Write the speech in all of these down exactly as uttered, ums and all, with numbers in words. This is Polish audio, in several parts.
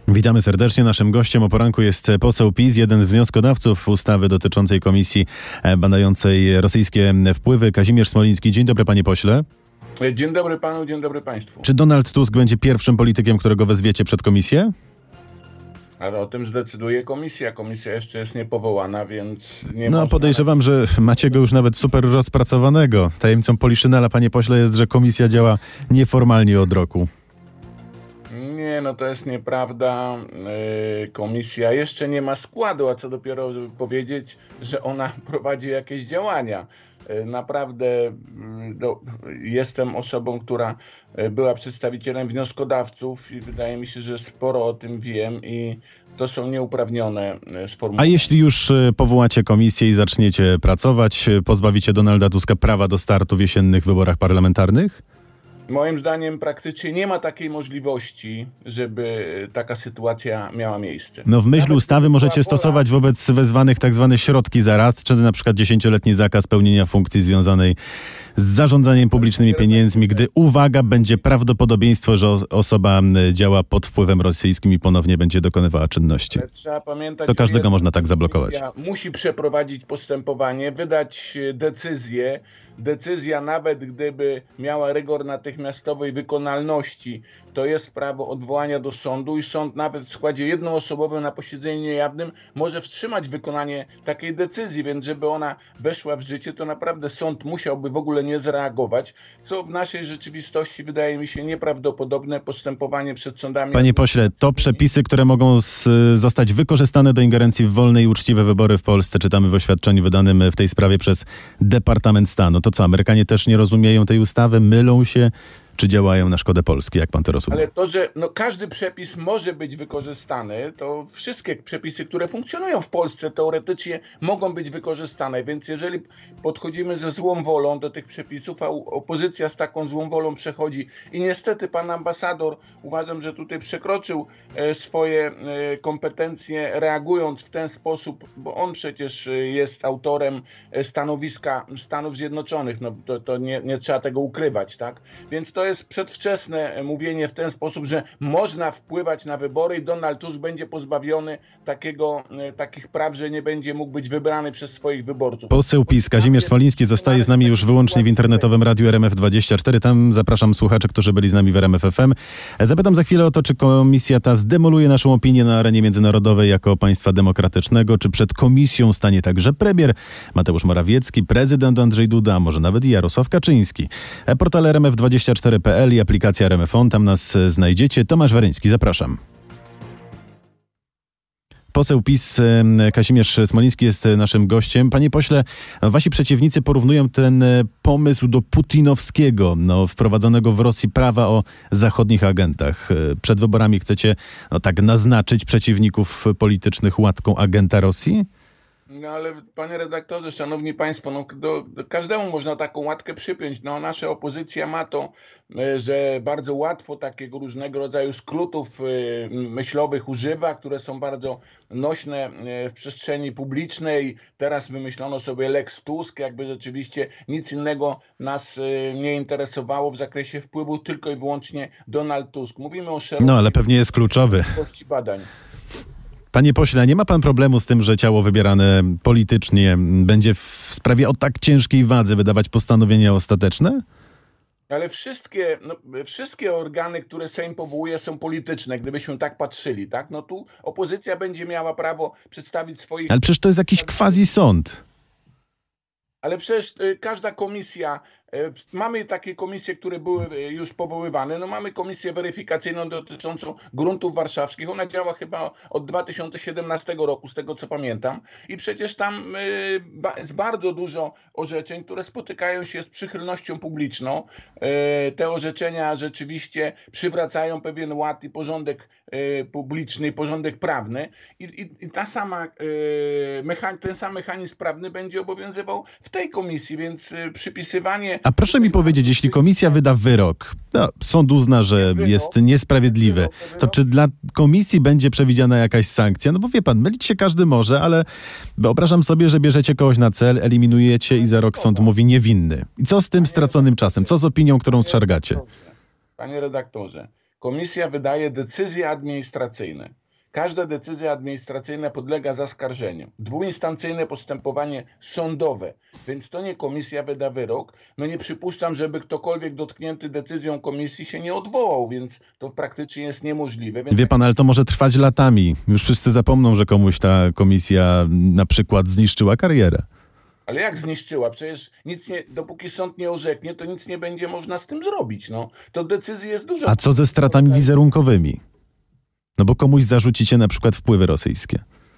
Witamy serdecznie. Naszym gościem o poranku jest poseł PiS, jeden z wnioskodawców ustawy dotyczącej komisji badającej rosyjskie wpływy, Kazimierz Smoliński. Dzień dobry, panie pośle. Dzień dobry panu, dzień dobry państwu. Czy Donald Tusk będzie pierwszym politykiem, którego wezwiecie przed komisję? Ale o tym zdecyduje komisja. Komisja jeszcze jest niepowołana, więc nie No można... podejrzewam, że macie go już nawet super rozpracowanego. Tajemnicą Poliszynela, panie pośle, jest, że komisja działa nieformalnie od roku. Nie, no to jest nieprawda. Yy, komisja jeszcze nie ma składu, a co dopiero żeby powiedzieć, że ona prowadzi jakieś działania. Yy, naprawdę yy, do, jestem osobą, która yy, była przedstawicielem wnioskodawców i wydaje mi się, że sporo o tym wiem i to są nieuprawnione yy, sformułowania. A jeśli już yy, powołacie komisję i zaczniecie pracować, yy, pozbawicie Donalda Tuska prawa do startu w jesiennych wyborach parlamentarnych? Moim zdaniem praktycznie nie ma takiej możliwości, żeby taka sytuacja miała miejsce. No w myśl Nawet ustawy możecie wola... stosować wobec wezwanych tak zwane środki zaradcze, na przykład dziesięcioletni zakaz pełnienia funkcji związanej z zarządzaniem publicznymi pieniędzmi, gdy, uwaga, będzie prawdopodobieństwo, że osoba działa pod wpływem rosyjskim i ponownie będzie dokonywała czynności. Ale trzeba pamiętać, to każdego że można tak zablokować. Musi przeprowadzić postępowanie, wydać decyzję. Decyzja, nawet gdyby miała rygor natychmiastowej wykonalności, to jest prawo odwołania do sądu i sąd nawet w składzie jednoosobowym na posiedzeniu niejawnym może wstrzymać wykonanie takiej decyzji, więc żeby ona weszła w życie, to naprawdę sąd musiałby w ogóle nie zareagować, co w naszej rzeczywistości wydaje mi się nieprawdopodobne. Postępowanie przed sądami... Panie pośle, to przepisy, które mogą z, zostać wykorzystane do ingerencji w wolne i uczciwe wybory w Polsce, czytamy w oświadczeniu wydanym w tej sprawie przez Departament Stanu. To co, Amerykanie też nie rozumieją tej ustawy, mylą się, czy działają na szkodę Polski? Jak pan to rozumie? Ale to, że no, każdy przepis może być wykorzystany, to wszystkie przepisy, które funkcjonują w Polsce, teoretycznie mogą być wykorzystane, więc jeżeli podchodzimy ze złą wolą do tych przepisów, a opozycja z taką złą wolą przechodzi i niestety pan ambasador, uważam, że tutaj przekroczył e, swoje e, kompetencje, reagując w ten sposób, bo on przecież jest autorem stanowiska Stanów Zjednoczonych, no to, to nie, nie trzeba tego ukrywać, tak? Więc to To jest przedwczesne mówienie w ten sposób, że można wpływać na wybory i Donald Tusk będzie pozbawiony takiego, takich praw, że nie będzie mógł być wybrany przez swoich wyborców. Poseł PiS Kazimierz Smoliński zostaje z nami już wyłącznie w internetowym radiu R M F dwadzieścia cztery. Tam zapraszam słuchaczy, którzy byli z nami w R M F F M. Zapytam za chwilę o to, czy komisja ta zdemoluje naszą opinię na arenie międzynarodowej jako państwa demokratycznego, czy przed komisją stanie także premier Mateusz Morawiecki, prezydent Andrzej Duda, a może nawet i Jarosław Kaczyński. Portal R M F dwadzieścia cztery kropka p l i aplikacja R M F on, tam nas znajdziecie. Tomasz Waryński, zapraszam. Poseł PiS Kazimierz Smoliński jest naszym gościem. Panie pośle, wasi przeciwnicy porównują ten pomysł do putinowskiego, no, wprowadzonego w Rosji prawa o zachodnich agentach. Przed wyborami chcecie no, tak naznaczyć przeciwników politycznych łatką agenta Rosji? No ale panie redaktorze, szanowni państwo, no do, do każdemu można taką łatkę przypiąć. No nasza opozycja ma to, że bardzo łatwo takiego różnego rodzaju skrótów myślowych używa, które są bardzo nośne w przestrzeni publicznej. Teraz wymyślono sobie Lex Tusk, jakby rzeczywiście nic innego nas nie interesowało w zakresie wpływu, tylko i wyłącznie Donald Tusk. Mówimy o szerokiej... No ale pewnie jest kluczowy. ...badań. Panie pośle, nie ma pan problemu z tym, że ciało wybierane politycznie będzie w sprawie o tak ciężkiej wadze wydawać postanowienia ostateczne? Ale wszystkie, no, wszystkie organy, które Sejm powołuje, są polityczne, gdybyśmy tak patrzyli, tak? No tu opozycja będzie miała prawo przedstawić swoich... Ale przecież to jest jakiś quasi-sąd. Ale przecież y, każda komisja, y, mamy takie komisje, które były y, już powoływane, no mamy komisję weryfikacyjną dotyczącą gruntów warszawskich, ona działa chyba od dwa tysiące siedemnastego roku, z tego co pamiętam, i przecież tam y, ba, jest bardzo dużo orzeczeń, które spotykają się z przychylnością publiczną. Y, te orzeczenia rzeczywiście przywracają pewien ład i porządek y, publiczny, i porządek prawny i, i, i ta sama, y, mechan, ten sam mechanizm prawny będzie obowiązywał w tej komisji, więc y, przypisywanie... A proszę mi powiedzieć, jeśli komisja wyda wyrok, no, sąd uzna, że jest niesprawiedliwy, to czy dla komisji będzie przewidziana jakaś sankcja? No bo wie pan, mylić się każdy może, ale wyobrażam sobie, że bierzecie kogoś na cel, eliminujecie i za rok sąd mówi niewinny. I co z tym straconym czasem? Co z opinią, którą zszargacie? Panie redaktorze, komisja wydaje decyzje administracyjne. Każda decyzja administracyjna podlega zaskarżeniu. Dwuinstancyjne postępowanie sądowe, więc to nie komisja wyda wyrok. No nie przypuszczam, żeby ktokolwiek dotknięty decyzją komisji się nie odwołał, więc to praktycznie jest niemożliwe. Więc... Wie pan, ale to może trwać latami. Już wszyscy zapomną, że komuś ta komisja na przykład zniszczyła karierę. Ale jak zniszczyła? Przecież nic nie, dopóki sąd nie orzeknie, to nic nie będzie można z tym zrobić. No, to decyzji jest dużo. A co ze stratami wizerunkowymi? No bo komuś zarzucicie na przykład wpływy rosyjskie.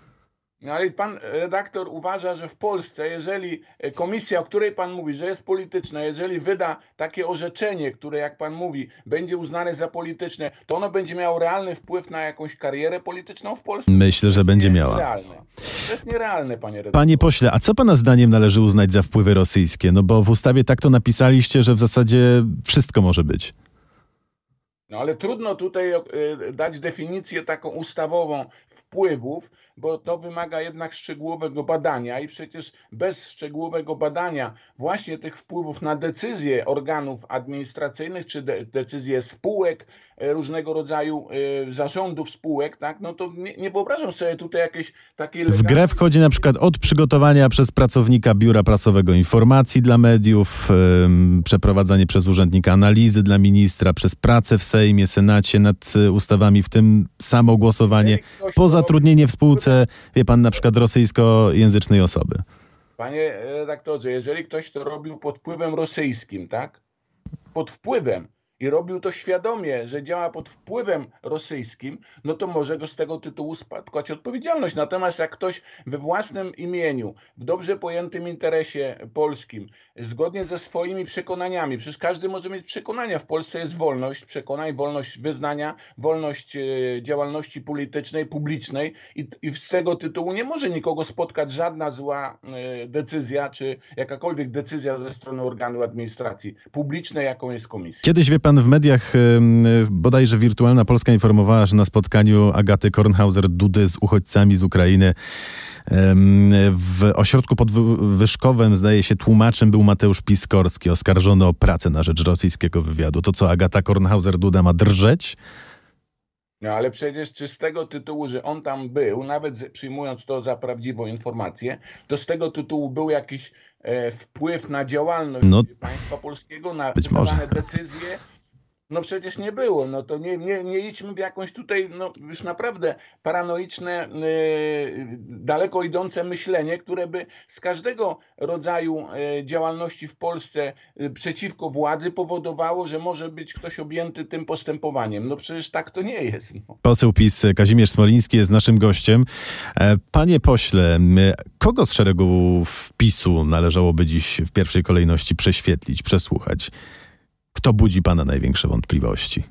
No ale pan redaktor uważa, że w Polsce, jeżeli komisja, o której pan mówi, że jest polityczna, jeżeli wyda takie orzeczenie, które jak pan mówi, będzie uznane za polityczne, to ono będzie miało realny wpływ na jakąś karierę polityczną w Polsce? Myślę, że będzie miała. Nierealne. To jest nierealne, panie redaktorze. Panie pośle, a co pana zdaniem należy uznać za wpływy rosyjskie? No bo w ustawie tak to napisaliście, że w zasadzie wszystko może być. No ale trudno tutaj dać definicję taką ustawową wpływów, bo to wymaga jednak szczegółowego badania i przecież bez szczegółowego badania właśnie tych wpływów na decyzje organów administracyjnych czy de decyzje spółek, różnego rodzaju y, zarządów spółek, tak, no to nie, nie wyobrażam sobie tutaj jakiejś takiej... W grę wchodzi na przykład od przygotowania przez pracownika biura prasowego informacji dla mediów, ym, przeprowadzanie przez urzędnika analizy dla ministra, przez pracę w Sejmie, Senacie nad ustawami, w tym samo głosowanie, po zatrudnienie w spółce, wie pan, na przykład rosyjskojęzycznej osoby. Panie redaktorze, jeżeli ktoś to robił pod wpływem rosyjskim, tak? Pod wpływem i robił to świadomie, że działa pod wpływem rosyjskim, no to może go z tego tytułu spotkać odpowiedzialność. Natomiast jak ktoś we własnym imieniu, w dobrze pojętym interesie polskim, zgodnie ze swoimi przekonaniami, przecież każdy może mieć przekonania, w Polsce jest wolność przekonań, wolność wyznania, wolność e, działalności politycznej, publicznej i, i z tego tytułu nie może nikogo spotkać żadna zła e, decyzja, czy jakakolwiek decyzja ze strony organu administracji publicznej, jaką jest komisja. Kiedyś, wie pan, w mediach bodajże Wirtualna Polska informowała, że na spotkaniu Agaty Kornhauser-Dudy z uchodźcami z Ukrainy w ośrodku podwyżkowym, zdaje się, tłumaczem był Mateusz Piskorski, oskarżony o pracę na rzecz rosyjskiego wywiadu. To co, Agata Kornhauser-Duda ma drżeć? No ale przecież czy z tego tytułu, że on tam był, nawet przyjmując to za prawdziwą informację, to z tego tytułu był jakiś e, wpływ na działalność no, państwa polskiego, na wydawane decyzje? No przecież nie było. No to nie, nie, nie idźmy w jakąś tutaj no, już naprawdę paranoiczne, yy, daleko idące myślenie, które by z każdego rodzaju yy, działalności w Polsce yy, przeciwko władzy powodowało, że może być ktoś objęty tym postępowaniem. No przecież tak to nie jest. No. Poseł PiS Kazimierz Smoliński jest naszym gościem. Panie pośle, kogo z szeregu PiS-u należałoby dziś w pierwszej kolejności prześwietlić, przesłuchać? Kto budzi pana największe wątpliwości?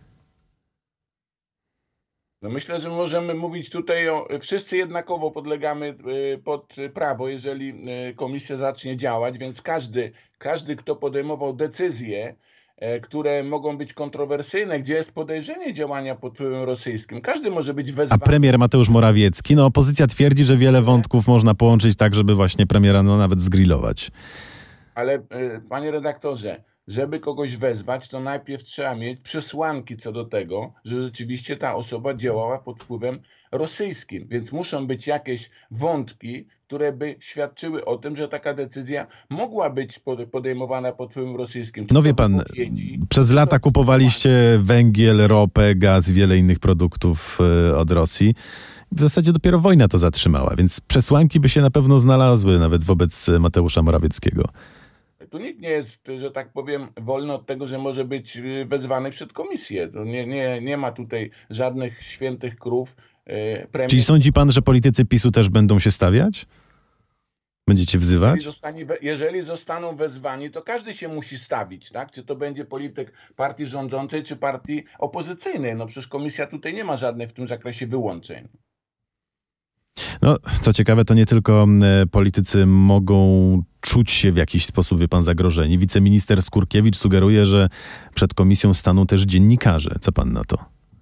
No myślę, że możemy mówić tutaj o... Wszyscy jednakowo podlegamy pod prawo, jeżeli komisja zacznie działać, więc każdy, każdy kto podejmował decyzje, które mogą być kontrowersyjne, gdzie jest podejrzenie działania pod wpływem rosyjskim. Każdy może być wezwany. A premier Mateusz Morawiecki? No opozycja twierdzi, że wiele wątków można połączyć tak, żeby właśnie premiera no, nawet zgrillować. Ale panie redaktorze, żeby kogoś wezwać, to najpierw trzeba mieć przesłanki co do tego, że rzeczywiście ta osoba działała pod wpływem rosyjskim. Więc muszą być jakieś wątki, które by świadczyły o tym, że taka decyzja mogła być podejmowana pod wpływem rosyjskim. Czy no wie pan, przez lata kupowaliście węgiel, ropę, gaz i wiele innych produktów od Rosji. W zasadzie dopiero wojna to zatrzymała, więc przesłanki by się na pewno znalazły nawet wobec Mateusza Morawieckiego. Tu nikt nie jest, że tak powiem, wolny od tego, że może być wezwany przed komisję. To nie, nie, nie ma tutaj żadnych świętych krów. Premier... Czyli sądzi pan, że politycy PiS-u też będą się stawiać? Będziecie wzywać? Jeżeli, zostanie, jeżeli zostaną wezwani, to każdy się musi stawić, tak? Czy to będzie polityk partii rządzącej, czy partii opozycyjnej. No przecież komisja tutaj nie ma żadnych w tym zakresie wyłączeń. No, co ciekawe, to nie tylko politycy mogą czuć się w jakiś sposób, wie pan, zagrożeni. Wiceminister Skurkiewicz sugeruje, że przed komisją staną też dziennikarze. Co pan na to?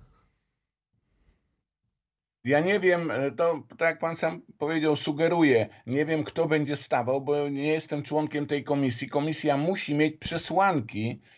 Ja nie wiem, to tak jak pan sam powiedział, sugeruje. Nie wiem, kto będzie stawał, bo nie jestem członkiem tej komisji. Komisja musi mieć przesłanki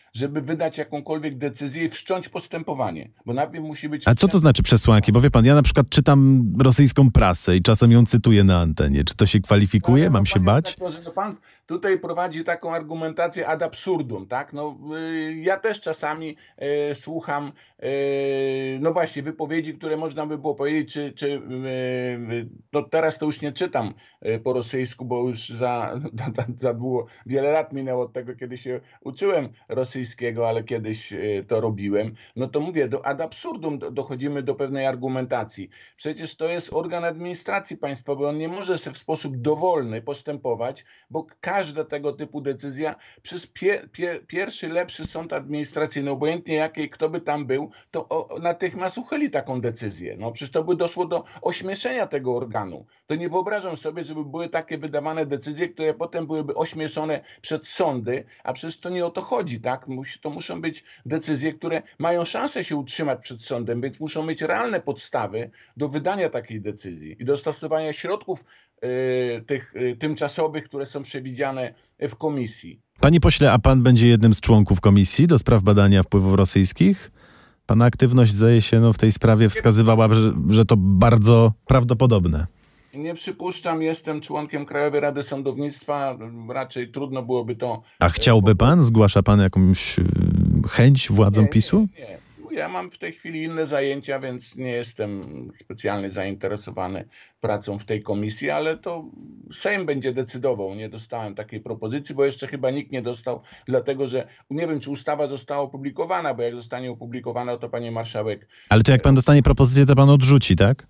żeby wydać jakąkolwiek decyzję i wszcząć postępowanie, bo najpierw musi być... A co to znaczy przesłanki? Bo wie pan, ja na przykład czytam rosyjską prasę i czasem ją cytuję na antenie. Czy to się kwalifikuje? No, Mam no, się panie bać? redaktorze, no pan tutaj prowadzi taką argumentację ad absurdum, tak? No, y, ja też czasami y, słucham, y, no właśnie, wypowiedzi, które można by było powiedzieć, czy, czy y, y, no teraz to już nie czytam y, po rosyjsku, bo już za, za, za było wiele lat minęło od tego, kiedy się uczyłem rosyjskiego, ale kiedyś y, to robiłem. No to mówię, do ad absurdum do, dochodzimy do pewnej argumentacji. Przecież to jest organ administracji państwowej, on nie może sobie w sposób dowolny postępować, bo każda tego typu decyzja przez pie, pie, pierwszy, lepszy sąd administracyjny, obojętnie jakiej, kto by tam był, to o, natychmiast uchyli taką decyzję. No przecież to by doszło do ośmieszenia tego organu. To nie wyobrażam sobie, żeby były takie wydawane decyzje, które potem byłyby ośmieszone przed sądy, a przecież to nie o to chodzi, tak? Musi, to muszą być decyzje, które mają szansę się utrzymać przed sądem, więc muszą mieć realne podstawy do wydania takiej decyzji i do stosowania środków y, tych y, tymczasowych, które są przewidziane w komisji. Panie pośle, a pan będzie jednym z członków komisji do spraw badania wpływów rosyjskich? Pana aktywność, zdaje się, no, w tej sprawie wskazywała, że, że to bardzo prawdopodobne. Nie przypuszczam, jestem członkiem Krajowej Rady Sądownictwa, raczej trudno byłoby to... A chciałby pan? Zgłasza pan jakąś y, chęć władzom nie, PiSu? Nie, nie. Ja mam w tej chwili inne zajęcia, więc nie jestem specjalnie zainteresowany pracą w tej komisji, ale to Sejm będzie decydował. Nie dostałem takiej propozycji, bo jeszcze chyba nikt nie dostał, dlatego że nie wiem, czy ustawa została opublikowana, bo jak zostanie opublikowana, to pani marszałek... Ale to jak pan dostanie propozycję, to pan odrzuci, tak?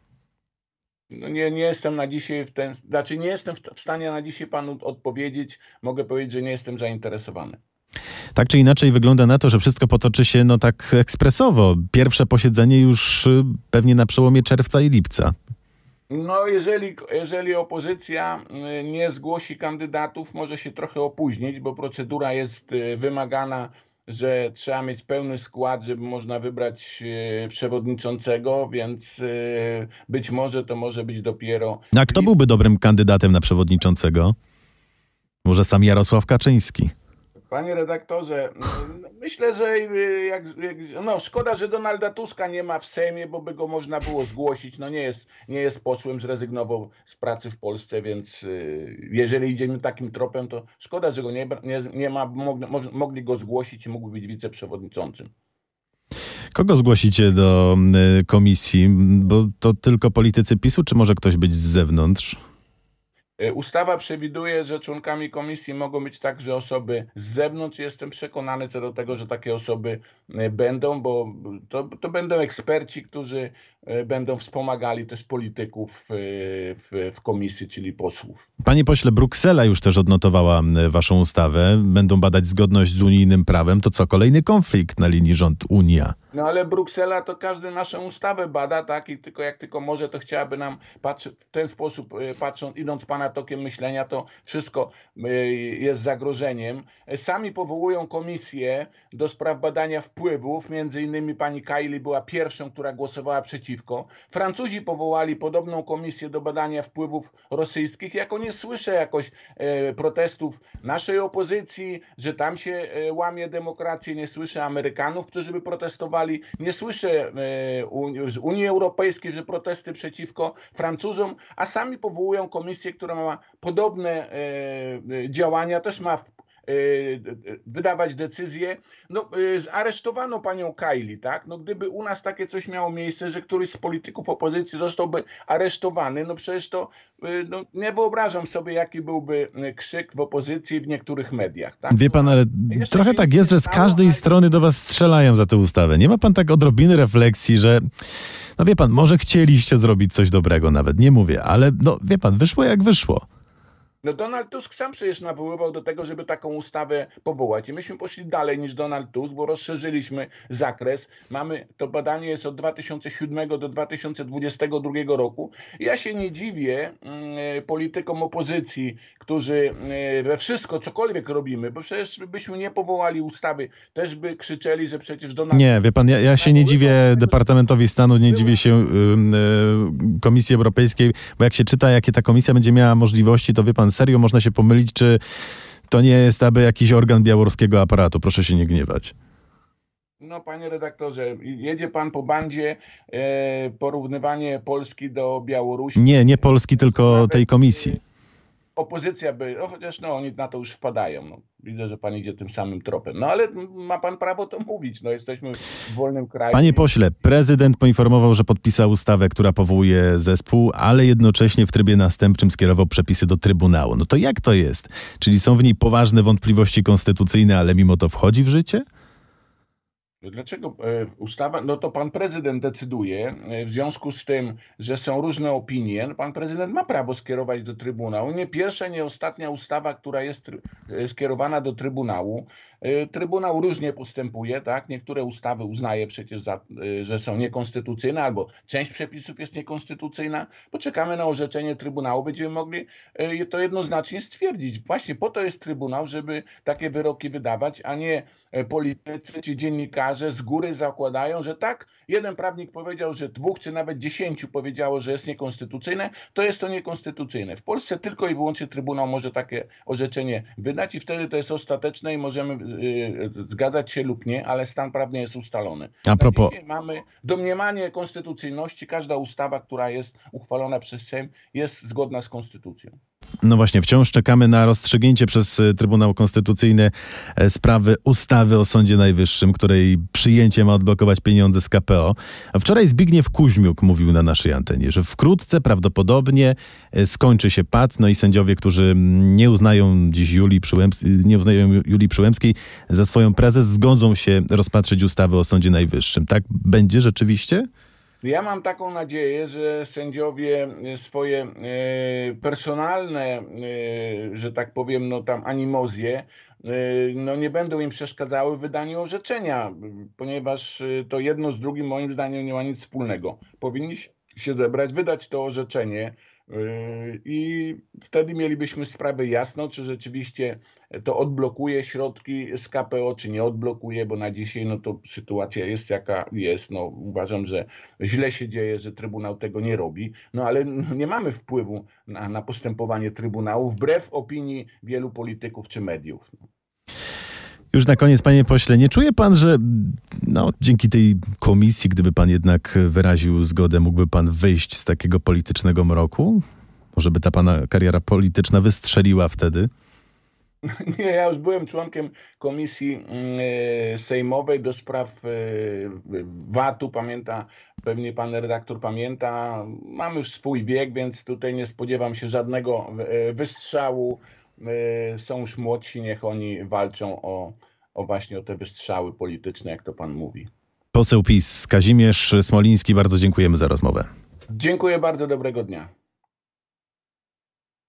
No nie, nie jestem na dzisiaj w ten, znaczy nie jestem w, w stanie na dzisiaj panu odpowiedzieć. Mogę powiedzieć, że nie jestem zainteresowany. Tak czy inaczej wygląda na to, że wszystko potoczy się no tak ekspresowo. Pierwsze posiedzenie już y, pewnie na przełomie czerwca i lipca. No jeżeli, jeżeli opozycja y, nie zgłosi kandydatów, może się trochę opóźnić, bo procedura jest y, wymagana, że trzeba mieć pełny skład, żeby można wybrać y, przewodniczącego, więc y, być może to może być dopiero... No a kto byłby dobrym kandydatem na przewodniczącego? Może sam Jarosław Kaczyński? Panie redaktorze, myślę, że jak, jak, no szkoda, że Donalda Tuska nie ma w Sejmie, bo by go można było zgłosić. No nie jest, nie jest posłem, zrezygnował z pracy w Polsce, więc jeżeli idziemy takim tropem, to szkoda, że go nie, nie, nie ma, mogli, mogli go zgłosić i mógł być wiceprzewodniczącym. Kogo zgłosicie do y, komisji? Bo to tylko politycy PiSu, czy może ktoś być z zewnątrz? Ustawa przewiduje, że członkami komisji mogą być także osoby z zewnątrz. Jestem przekonany co do tego, że takie osoby będą, bo to, to będą eksperci, którzy będą wspomagali też polityków w, w komisji, czyli posłów. Panie pośle, Bruksela już też odnotowała waszą ustawę. Będą badać zgodność z unijnym prawem. To co, kolejny konflikt na linii rząd-Unia? No ale Bruksela to każdy naszą ustawę bada, tak? I tylko jak tylko może, to chciałaby nam patrzeć w ten sposób, patrząc, idąc pana tokiem myślenia, to wszystko jest zagrożeniem. Sami powołują komisję do spraw badania wpływów. Między innymi pani Kaili była pierwszą, która głosowała przeciwko. Francuzi powołali podobną komisję do badania wpływów rosyjskich. Jako nie słyszę jakoś protestów naszej opozycji, że tam się łamie demokrację. Nie słyszę Amerykanów, którzy by protestowali. Nie słyszę z Unii Europejskiej, że protesty przeciwko Francuzom, a sami powołują komisję, która ma podobne działania, też ma wydawać decyzje. No, aresztowano panią Kaili, tak? No, gdyby u nas takie coś miało miejsce, że któryś z polityków opozycji zostałby aresztowany, no przecież to no, nie wyobrażam sobie, jaki byłby krzyk w opozycji w niektórych mediach. Tak? Wie pan, ale Jeszcze trochę tak jest, że z każdej strony do was strzelają za tę ustawę. Nie ma pan tak odrobiny refleksji, że no wie pan, może chcieliście zrobić coś dobrego nawet, nie mówię, ale no wie pan, wyszło jak wyszło. No Donald Tusk sam przecież nawoływał do tego, żeby taką ustawę powołać. I myśmy poszli dalej niż Donald Tusk, bo rozszerzyliśmy zakres. Mamy, to badanie jest od dwa tysiące siódmego do dwa tysiące dwudziestego drugiego roku. Ja się nie dziwię y, politykom opozycji, którzy y, we wszystko, cokolwiek robimy, bo przecież byśmy nie powołali ustawy, też by krzyczeli, że przecież Donald Nie, wie pan, ja, ja się nie dziwię Departamentowi Stanu, nie dziwię się y, y, Komisji Europejskiej, bo jak się czyta, jakie ta komisja będzie miała możliwości, to wie pan, serio można się pomylić, czy To nie jest aby jakiś organ białoruskiego aparatu, proszę się nie gniewać. No, panie redaktorze, jedzie pan po bandzie, e, porównywanie Polski do Białorusi. Nie, nie Polski, tylko tej komisji. Opozycja by, no chociaż no oni na to już wpadają. No. Widzę, że pan idzie tym samym tropem. No ale ma pan prawo to mówić. No jesteśmy w wolnym kraju. Panie pośle, prezydent poinformował, że podpisał ustawę, która powołuje zespół, ale jednocześnie w trybie następczym skierował przepisy do Trybunału. No to jak to jest? Czyli są w niej poważne wątpliwości konstytucyjne, ale mimo to wchodzi w życie? Dlaczego e, ustawa? No to pan prezydent decyduje. E, W związku z tym, że są różne opinie, no pan prezydent ma prawo skierować do Trybunału. Nie pierwsza, nie ostatnia ustawa, która jest try- e, skierowana do Trybunału. E, Trybunał różnie postępuje, tak? Niektóre ustawy uznaje przecież, za, e, że są niekonstytucyjne, albo część przepisów jest niekonstytucyjna. Poczekamy na orzeczenie Trybunału, będziemy mogli e, to jednoznacznie stwierdzić. Właśnie po to jest Trybunał, żeby takie wyroki wydawać, a nie e, politycy czy dziennikarze z góry zakładają, że tak, jeden prawnik powiedział, że dwóch czy nawet dziesięciu powiedziało, że jest niekonstytucyjne, to jest to niekonstytucyjne. W Polsce tylko i wyłącznie Trybunał może takie orzeczenie wydać i wtedy to jest ostateczne i możemy y, zgadzać się lub nie, ale stan prawny jest ustalony. A propos... Dzisiaj mamy domniemanie konstytucyjności. Każda ustawa, która jest uchwalona przez Sejm, jest zgodna z konstytucją. No właśnie, wciąż czekamy na rozstrzygnięcie przez Trybunał Konstytucyjny sprawy ustawy o Sądzie Najwyższym, której przyjęcie ma odblokować pieniądze z K P O. A wczoraj Zbigniew Kuźmiuk mówił na naszej antenie, że wkrótce prawdopodobnie skończy się pad, no i sędziowie, którzy nie uznają dziś Julii Przyłębskiej, nie uznają Julii Przyłębskiej za swoją prezes, zgodzą się rozpatrzyć ustawy o Sądzie Najwyższym. Tak będzie rzeczywiście? Ja mam taką nadzieję, że sędziowie swoje e, personalne, e, że tak powiem, no tam animozje, e, no nie będą im przeszkadzały w wydaniu orzeczenia, ponieważ e, to jedno z drugim moim zdaniem nie ma nic wspólnego. Powinni się zebrać, wydać to orzeczenie e, i wtedy mielibyśmy sprawę jasno, czy rzeczywiście to odblokuje środki z K P O, czy nie odblokuje, bo na dzisiaj no to sytuacja jest jaka jest. No, uważam, że źle się dzieje, że Trybunał tego nie robi, no ale nie mamy wpływu na, na postępowanie Trybunału, wbrew opinii wielu polityków czy mediów. Już na koniec, panie pośle, nie czuje pan, że no, dzięki tej komisji, gdyby pan jednak wyraził zgodę, mógłby pan wyjść z takiego politycznego mroku? Może by ta pana kariera polityczna wystrzeliła wtedy? Nie, ja już byłem członkiem komisji y, sejmowej do spraw y, V A T-u, pamięta, pewnie pan redaktor pamięta. Mam już swój wiek, więc tutaj nie spodziewam się żadnego y, wystrzału. Y, są już młodsi, niech oni walczą o, o właśnie o te wystrzały polityczne, jak to pan mówi. Poseł PiS Kazimierz Smoliński, bardzo dziękujemy za rozmowę. Dziękuję bardzo, dobrego dnia.